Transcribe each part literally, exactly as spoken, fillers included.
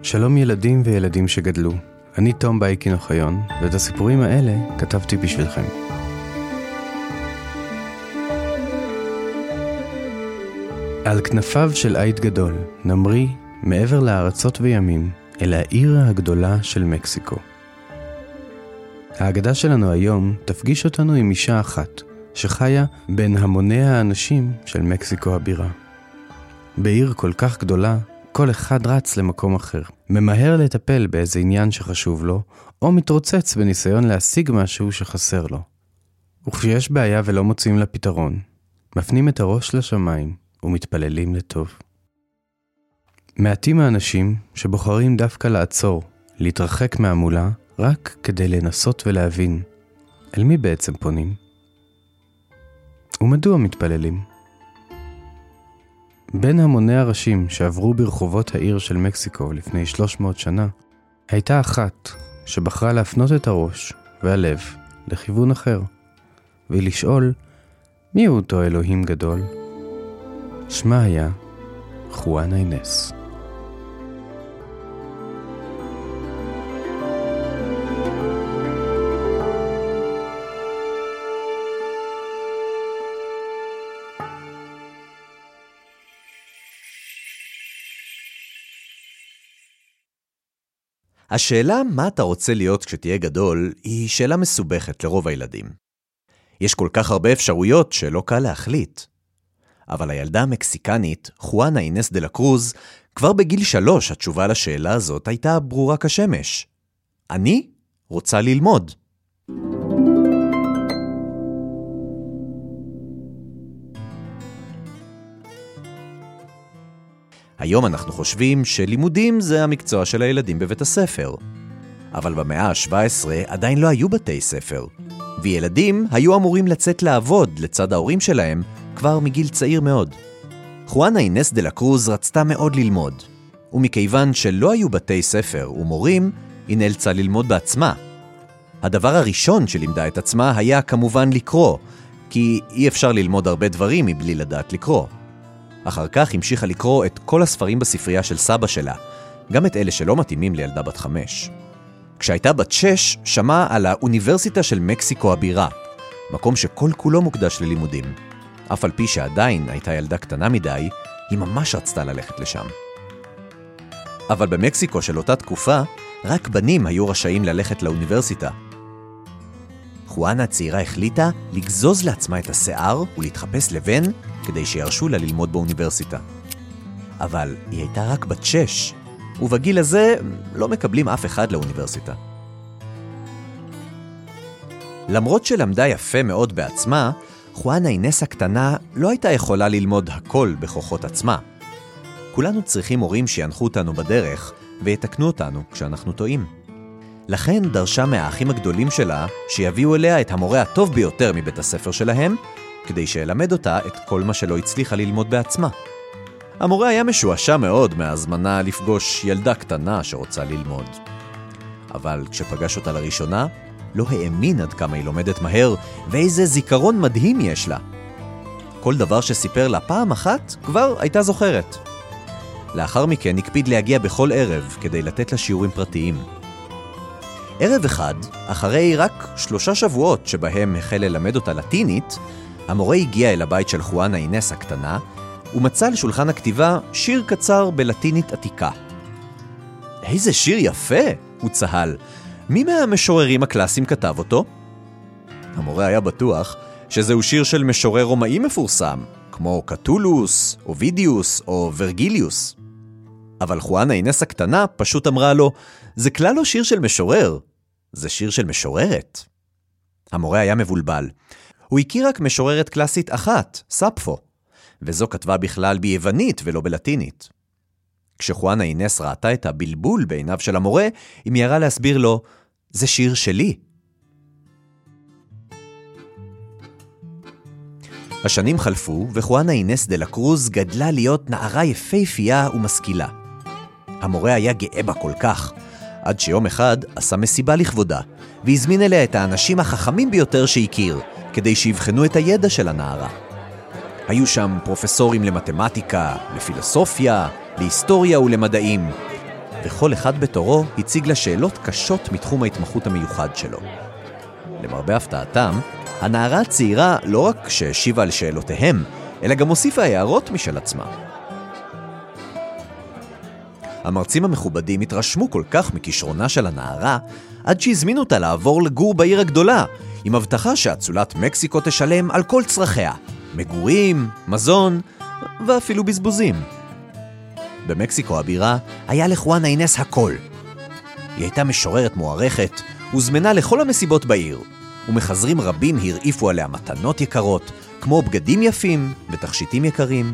שלום ילדים וילדים שגדלו, אני תום בייקין אוחיון, ואת הסיפורים האלה כתבתי בשבילכם. על כנפיו של עית גדול, נמריא מעבר לארצות וימים, אל העיר הגדולה של מקסיקו. האגדה שלנו היום תפגיש אותנו עם אישה אחת, שחיה בין המוני האנשים של מקסיקו הבירה. בעיר כל כך גדולה, כל אחד רץ למקום אחר, ממהר לטפל באיזה עניין שחשוב לו, או מתרוצץ בניסיון להשיג משהו שחסר לו. וכשיש בעיה ולא מוצאים לה פתרון, מפנים את הראש לשמיים ומתפללים לטוב. מעטים האנשים שבוחרים דווקא לעצור, להתרחק מהמולה, רק כדי לנסות ולהבין אל מי בעצם פונים. ומדוע מתפללים? בין המוני הראשים שעברו ברחובות העיר של מקסיקו לפני שלוש מאות שנה, הייתה אחת שבחרה להפנות את הראש והלב לכיוון אחר, ולשאול מי הוא אותו אלוהים גדול? שמה היה חואנה איינס. השאלה מה אתה רוצה להיות כשתהיה גדול היא שאלה מסובכת לרוב הילדים. יש כל כך הרבה אפשרויות שלא קל להחליט. אבל הילדה המקסיקנית, חואנה איינס דה לה קרוז, כבר בגיל שלוש התשובה לשאלה הזאת הייתה ברורה כשמש. אני רוצה ללמוד. היום אנחנו חושבים שלימודים זה המקצוע של הילדים בבית הספר. אבל במאה ה-שבע עשרה עדיין לא היו בתי ספר, וילדים היו אמורים לצאת לעבוד לצד ההורים שלהם כבר מגיל צעיר מאוד. חואנה איינס דה לה קרוז רצתה מאוד ללמוד, ומכיוון שלא היו בתי ספר ומורים, היא נאלצה ללמוד בעצמה. הדבר הראשון שלימדה את עצמה היה כמובן לקרוא, כי אי אפשר ללמוד הרבה דברים מבלי לדעת לקרוא. אחר כך המשיכה לקרוא את כל הספרים בספרייה של סבא שלה, גם את אלה שלא מתאימים לילדה בת חמש. כשהייתה בת שש, שמעה על האוניברסיטה של מקסיקו הבירה, מקום שכל כולו מוקדש ללימודים. אף על פי שעדיין הייתה ילדה קטנה מדי, היא ממש רצתה ללכת לשם. אבל במקסיקו של אותה תקופה, רק בנים היו רשאים ללכת לאוניברסיטה. חואנה הצעירה החליטה לגזוז לעצמה את השיער ולהתחפש לבן כדי שירשו לה ללמוד באוניברסיטה. אבל היא הייתה רק בת שש, ובגיל הזה לא מקבלים אף אחד לאוניברסיטה. למרות שלמדה יפה מאוד בעצמה, חואנה איינס הקטנה לא הייתה יכולה ללמוד הכל בכוחות עצמה. כולנו צריכים הורים שינחו אותנו בדרך ויתקנו אותנו כשאנחנו טועים. לכן דרשה מהאחים הגדולים שלה שיביאו אליה את המורה הטוב ביותר מבית הספר שלהם, כדי שילמד אותה את כל מה שלא הצליחה ללמוד בעצמה. המורה היה משועשע מאוד מהזמנה לפגוש ילדה קטנה שרוצה ללמוד. אבל כשפגש אותה לראשונה, לא האמין עד כמה היא לומדת מהר, ואיזה זיכרון מדהים יש לה. כל דבר שסיפר לה פעם אחת כבר הייתה זוכרת. לאחר מכן הקפיד להגיע בכל ערב כדי לתת לה שיעורים פרטיים. ערב אחד, אחרי רק שלושה שבועות שבהם החל ללמד אותה לטינית, המורה הגיע אל הבית של חואנה איינס הקטנה, ומצא על שולחן הכתיבה שיר קצר בלטינית עתיקה. איזה שיר יפה! הוא צהל. מי מהמשוררים הקלאסיים כתב אותו? המורה היה בטוח שזהו שיר של משורר רומאי מפורסם, כמו קטולוס, אובידיוס או ורגיליוס. אבל חואנה איינס הקטנה פשוט אמרה לו, זה כלל לא שיר של משורר, זה שיר של משוררת. המורה היה מבולבל. הוא הכיר רק משוררת קלאסית אחת, ספפו, וזו כתבה בכלל ביוונית ולא בלטינית. כשחואנה איינס ראתה את הבלבול בעיניו של המורה, היא מיהרה להסביר לו, זה שיר שלי. השנים חלפו, וחואנה איינס דה לה קרוז גדלה להיות נערה יפהפייה ומשכילה. המורה היה גאה בה כל כך, עד שיום אחד עשה מסיבה לכבודה, והזמין אליה את האנשים החכמים ביותר שהכיר, כדי שיבחנו את הידע של הנערה. היו שם פרופסורים למתמטיקה, לפילוסופיה, להיסטוריה ולמדעים, וכל אחד בתורו הציג לה שאלות קשות מתחום ההתמחות המיוחד שלו. למרבה הפתעתם, הנערה הצעירה לא רק שהשיבה על שאלותיהם, אלא גם הוסיפה הערות משל עצמה. המרצים המכובדים התרשמו כל כך מכישרונה של הנערה, עד שהזמינו אותה לעבור לגור בעיר הגדולה, עם הבטחה שאצולת מקסיקו תשלם על כל צרכיה, מגורים, מזון ואפילו בזבוזים. במקסיקו הבירה היה לחואנה אינס הכל. היא הייתה משוררת מוערכת, הוזמנה לכל המסיבות בעיר, ומחזרים רבים הרעיפו עליה מתנות יקרות, כמו בגדים יפים ותכשיטים יקרים.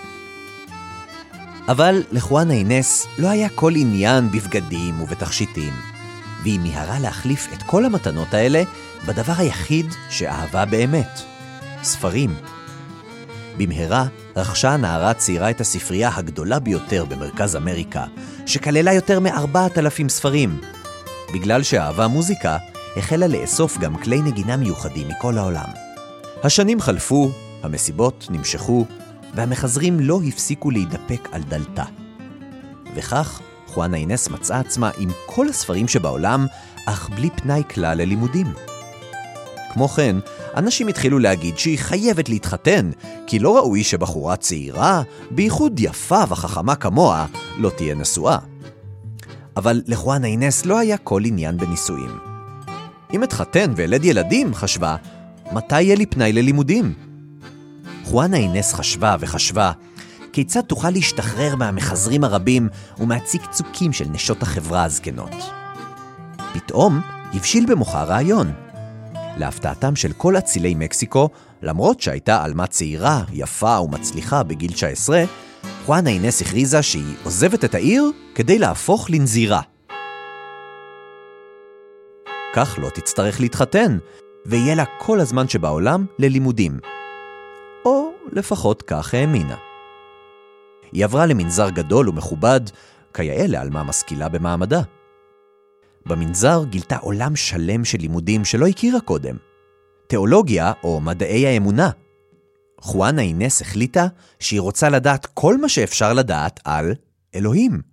אבל לחואנה אינס לא היה כל עניין בבגדים ובתכשיטים, והיא מיהרה להחליף את כל המתנות האלה בדבר היחיד שאהבה באמת, ספרים. במהרה רכשה הנערה הצעירה את הספרייה הגדולה ביותר במרכז אמריקה, שכללה יותר מארבעת אלפים ספרים. בגלל שאהבה מוזיקה, החלה לאסוף גם כלי נגינה מיוחדים מכל העולם. השנים חלפו, המסיבות נמשכו, והמחזרים לא הפסיקו להידפק על דלתה. וכך, חואנה אינס מצאה עצמה עם כל הספרים שבעולם, אך בלי פנאי כלל ללימודים. כמו כן, אנשים התחילו להגיד שהיא חייבת להתחתן, כי לא ראוי שבחורה צעירה, בייחוד יפה וחכמה כמוה, לא תהיה נשואה. אבל לחואנה אינס לא היה כל עניין בנישואים. אם אתחתן ואלד ילדים, חשבה, מתי יהיה לי פנאי ללימודים? חואנה אינס חשבה וחשבה, כיצד תוכל להשתחרר מהמחזרים הרבים ומהצקצוקים של נשות החברה הזקנות. פתאום הבשיל במוחה רעיון. להפתעתם של כל אצילי מקסיקו, למרות שהייתה אלמה צעירה, יפה ומצליחה בגיל תשע עשרה, חואנה אינס הכריזה שהיא עוזבת את העיר כדי להפוך לנזירה. כך לא תצטרך להתחתן, ויהיה לה כל הזמן שבעולם ללימודים. או לפחות כך האמינה. היא עברה למנזר גדול ומכובד, כיאה לאלמה משכילה במעמדה. במנזר גילתה עולם שלם של לימודים שלא הכירה קודם. תיאולוגיה או מדעי האמונה. חואנה אינס החליטה שהיא רוצה לדעת כל מה שאפשר לדעת על אלוהים.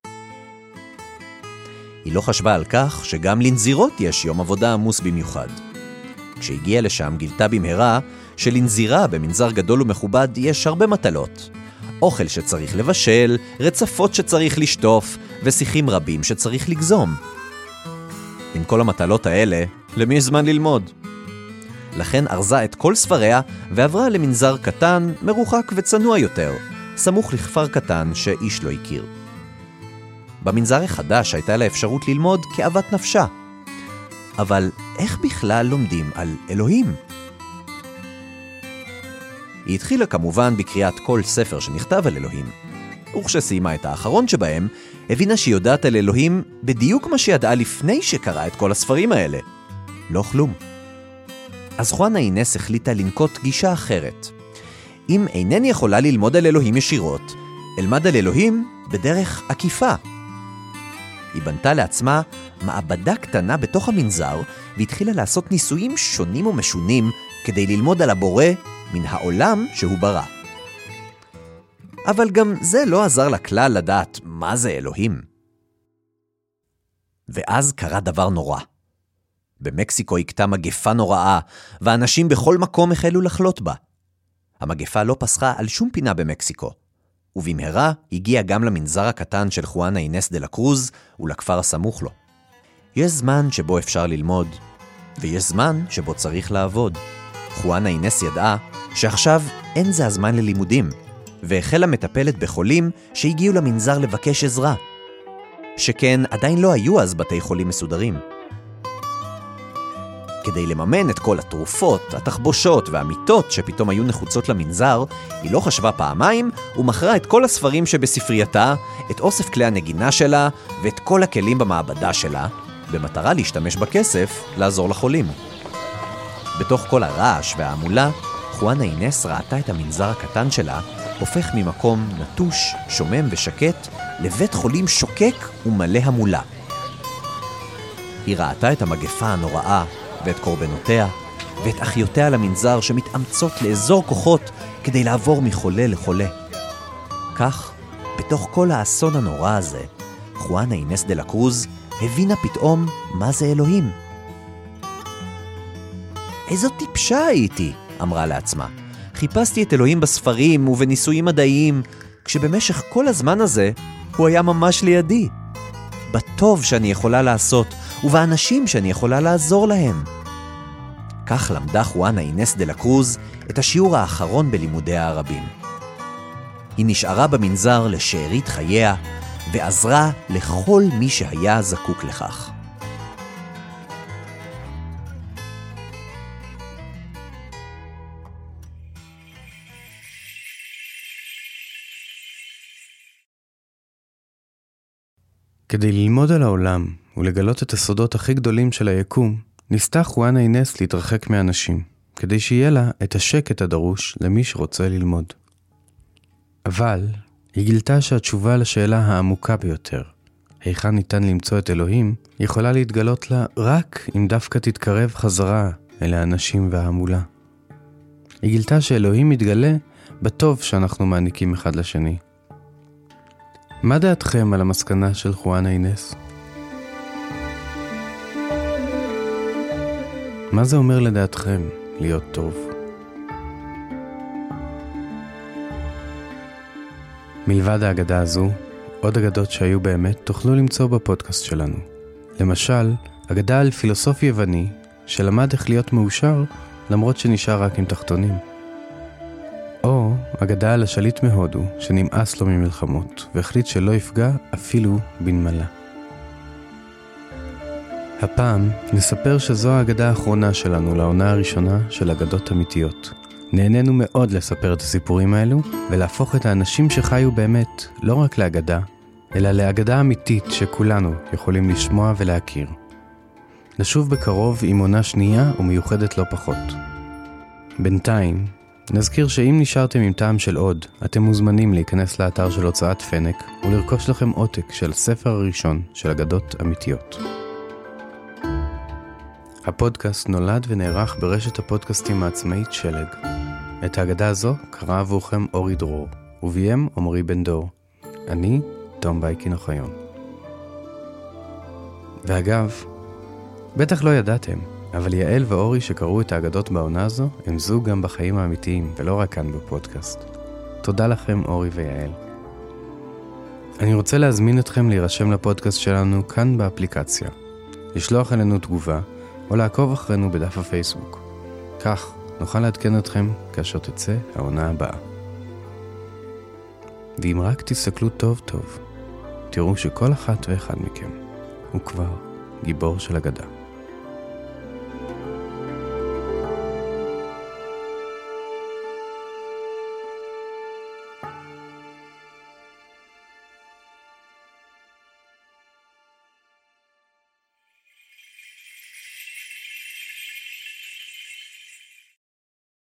היא לא חשבה על כך שגם לנזירות יש יום עבודה עמוס במיוחד. כשהגיעה לשם גילתה במהרה שלנזירה במנזר גדול ומכובד יש הרבה מטלות. אוכל שצריך לבשל, רצפות שצריך לשטוף, ושיחים רבים שצריך לגזום. עם כל המטלות האלה, למי יש זמן ללמוד? לכן ארזה את כל ספריה ועברה למנזר קטן, מרוחק וצנוע יותר, סמוך לכפר קטן שאיש לא הכיר. במנזר החדש הייתה לה אפשרות ללמוד כאוות נפשה. אבל איך בכלל לומדים על אלוהים? היא התחילה כמובן בקריאת כל ספר שנכתב על אלוהים. וכשסיימה את האחרון שבהם, הבינה שהיא יודעת על אלוהים בדיוק מה שידעה לפני שקראה את כל הספרים האלה. לא כלום. אז חואנה אינס החליטה לנקוט גישה אחרת. אם אינני יכולה ללמוד על אלוהים ישירות, אלמד על אלוהים בדרך עקיפה. היא בנתה לעצמה מעבדה קטנה בתוך המנזר, והתחילה לעשות ניסויים שונים ומשונים כדי ללמוד על הבורא מן העולם שהוא ברא. אבל גם זה לא עזר לה כלל לדעת מה זה אלוהים. ואז קרה דבר נורא. במקסיקו הכתה מגפה נוראה, ואנשים בכל מקום החלו לחלות בה. המגפה לא פסחה על שום פינה במקסיקו, ובמהרה הגיעה גם למנזר הקטן של חואנה אינס דה לה קרוז ולכפר הסמוך לו. יש זמן שבו אפשר ללמוד, ויש זמן שבו צריך לעבוד. חואנה אינס ידעה שעכשיו אין זה הזמן ללימודים, והחלה מטפלת בחולים שהגיעו למנזר לבקש עזרה. שכן עדיין לא היו אז בתי חולים מסודרים. כדי לממן את כל התרופות, התחבושות והמיטות שפתאום היו נחוצות למנזר, היא לא חשבה פעמיים ומכרה את כל הספרים שבספרייתה, את אוסף כלי הנגינה שלה ואת כל הכלים במעבדה שלה, במטרה להשתמש בכסף לעזור לחולים. בתוך כל הרעש והעמולה, חואנה אינס ראתה את המנזר הקטן שלה הופך ממקום נטוש, שומם ושקט לבית חולים שוקק ומלא המולה. היא ראתה את המגפה הנוראה ואת קורבנותיה ואת אחיותיה למנזר שמתאמצות לאזור כוחות כדי לעבור מחולה לחולה. כך, בתוך כל האסון הנורא הזה, חואנה אינס דה לה קרוז הבינה פתאום מה זה אלוהים. איזו טיפשה הייתי, אמרה לעצמה. חיפשתי את אלוהים בספרים ובניסויים מדעיים, כשבמשך כל הזמן הזה הוא היה ממש לידי. בטוב שאני יכולה לעשות, ובאנשים שאני יכולה לעזור להם. כך למדה חואנה אינס דה לה קרוז את השיעור האחרון בלימודיה הרבים. היא נשארה במנזר לשארית חייה, ועזרה לכל מי שהיה זקוק לכך. כדי ללמוד על העולם ולגלות את הסודות הכי גדולים של היקום, ניסתה חואנה אינס להתרחק מאנשים, כדי שיהיה לה את השקט הדרוש למי שרוצה ללמוד. אבל היא גילתה שהתשובה לשאלה העמוקה ביותר, היכן ניתן למצוא את אלוהים, יכולה להתגלות לה רק אם דווקא תתקרב חזרה אל האנשים וההמולה. היא גילתה שאלוהים מתגלה בטוב שאנחנו מעניקים אחד לשני. מה דעתכם על המסקנה של חואנה אינס? מה זה אומר לדעתכם להיות טוב? מלבד האגדה הזו, עוד אגדות שהיו באמת תוכלו למצוא בפודקאסט שלנו. למשל, אגדה על פילוסוף יווני שלמד איך להיות מאושר למרות שנשאר רק עם תחתונים. או אגדה על השליט מהודו שנמאס לו ממלחמות והחליט שלא יפגע אפילו בנמלה. הפעם נספר שזו האגדה האחרונה שלנו לעונה הראשונה של אגדות אמיתיות. נהנינו מאוד לספר את הסיפורים האלו ולהפוך את האנשים שחיו באמת לא רק לאגדה, אלא לאגדה אמיתית שכולנו יכולים לשמוע ולהכיר. נשוב בקרוב עם עונה שנייה ומיוחדת לא פחות. בינתיים, נזכיר שאם נשארתם עם טעם של עוד, אתם מוזמנים להיכנס לאתר של הוצאת פנק ולרכוש לכם עותק של הספר הראשון של אגדות אמיתיות. הפודקאסט נולד ונערך ברשת הפודקאסטים העצמאית שלג. את האגדה הזו קרא עבורכם אורי דרור, וביים עמרי בן דור. אני, תום בייקין אוחיון. ואגב, בטח לא ידעתם, אבל יעל ואורי שקראו את האגדות בעונה הזו, הם זוג גם בחיים האמיתיים, ולא רק כאן בפודקאסט. תודה לכם אורי ויעל. אני רוצה להזמין אתכם להירשם לפודקאסט שלנו כאן באפליקציה, לשלוח אלינו תגובה, או לעקוב אחרינו בדף הפייסבוק. כך נוכל לעדכן אתכם כאשר תצא העונה הבאה. ואם רק תסתכלו טוב טוב, תראו שכל אחת ואחד מכם הוא כבר גיבור של אגדה.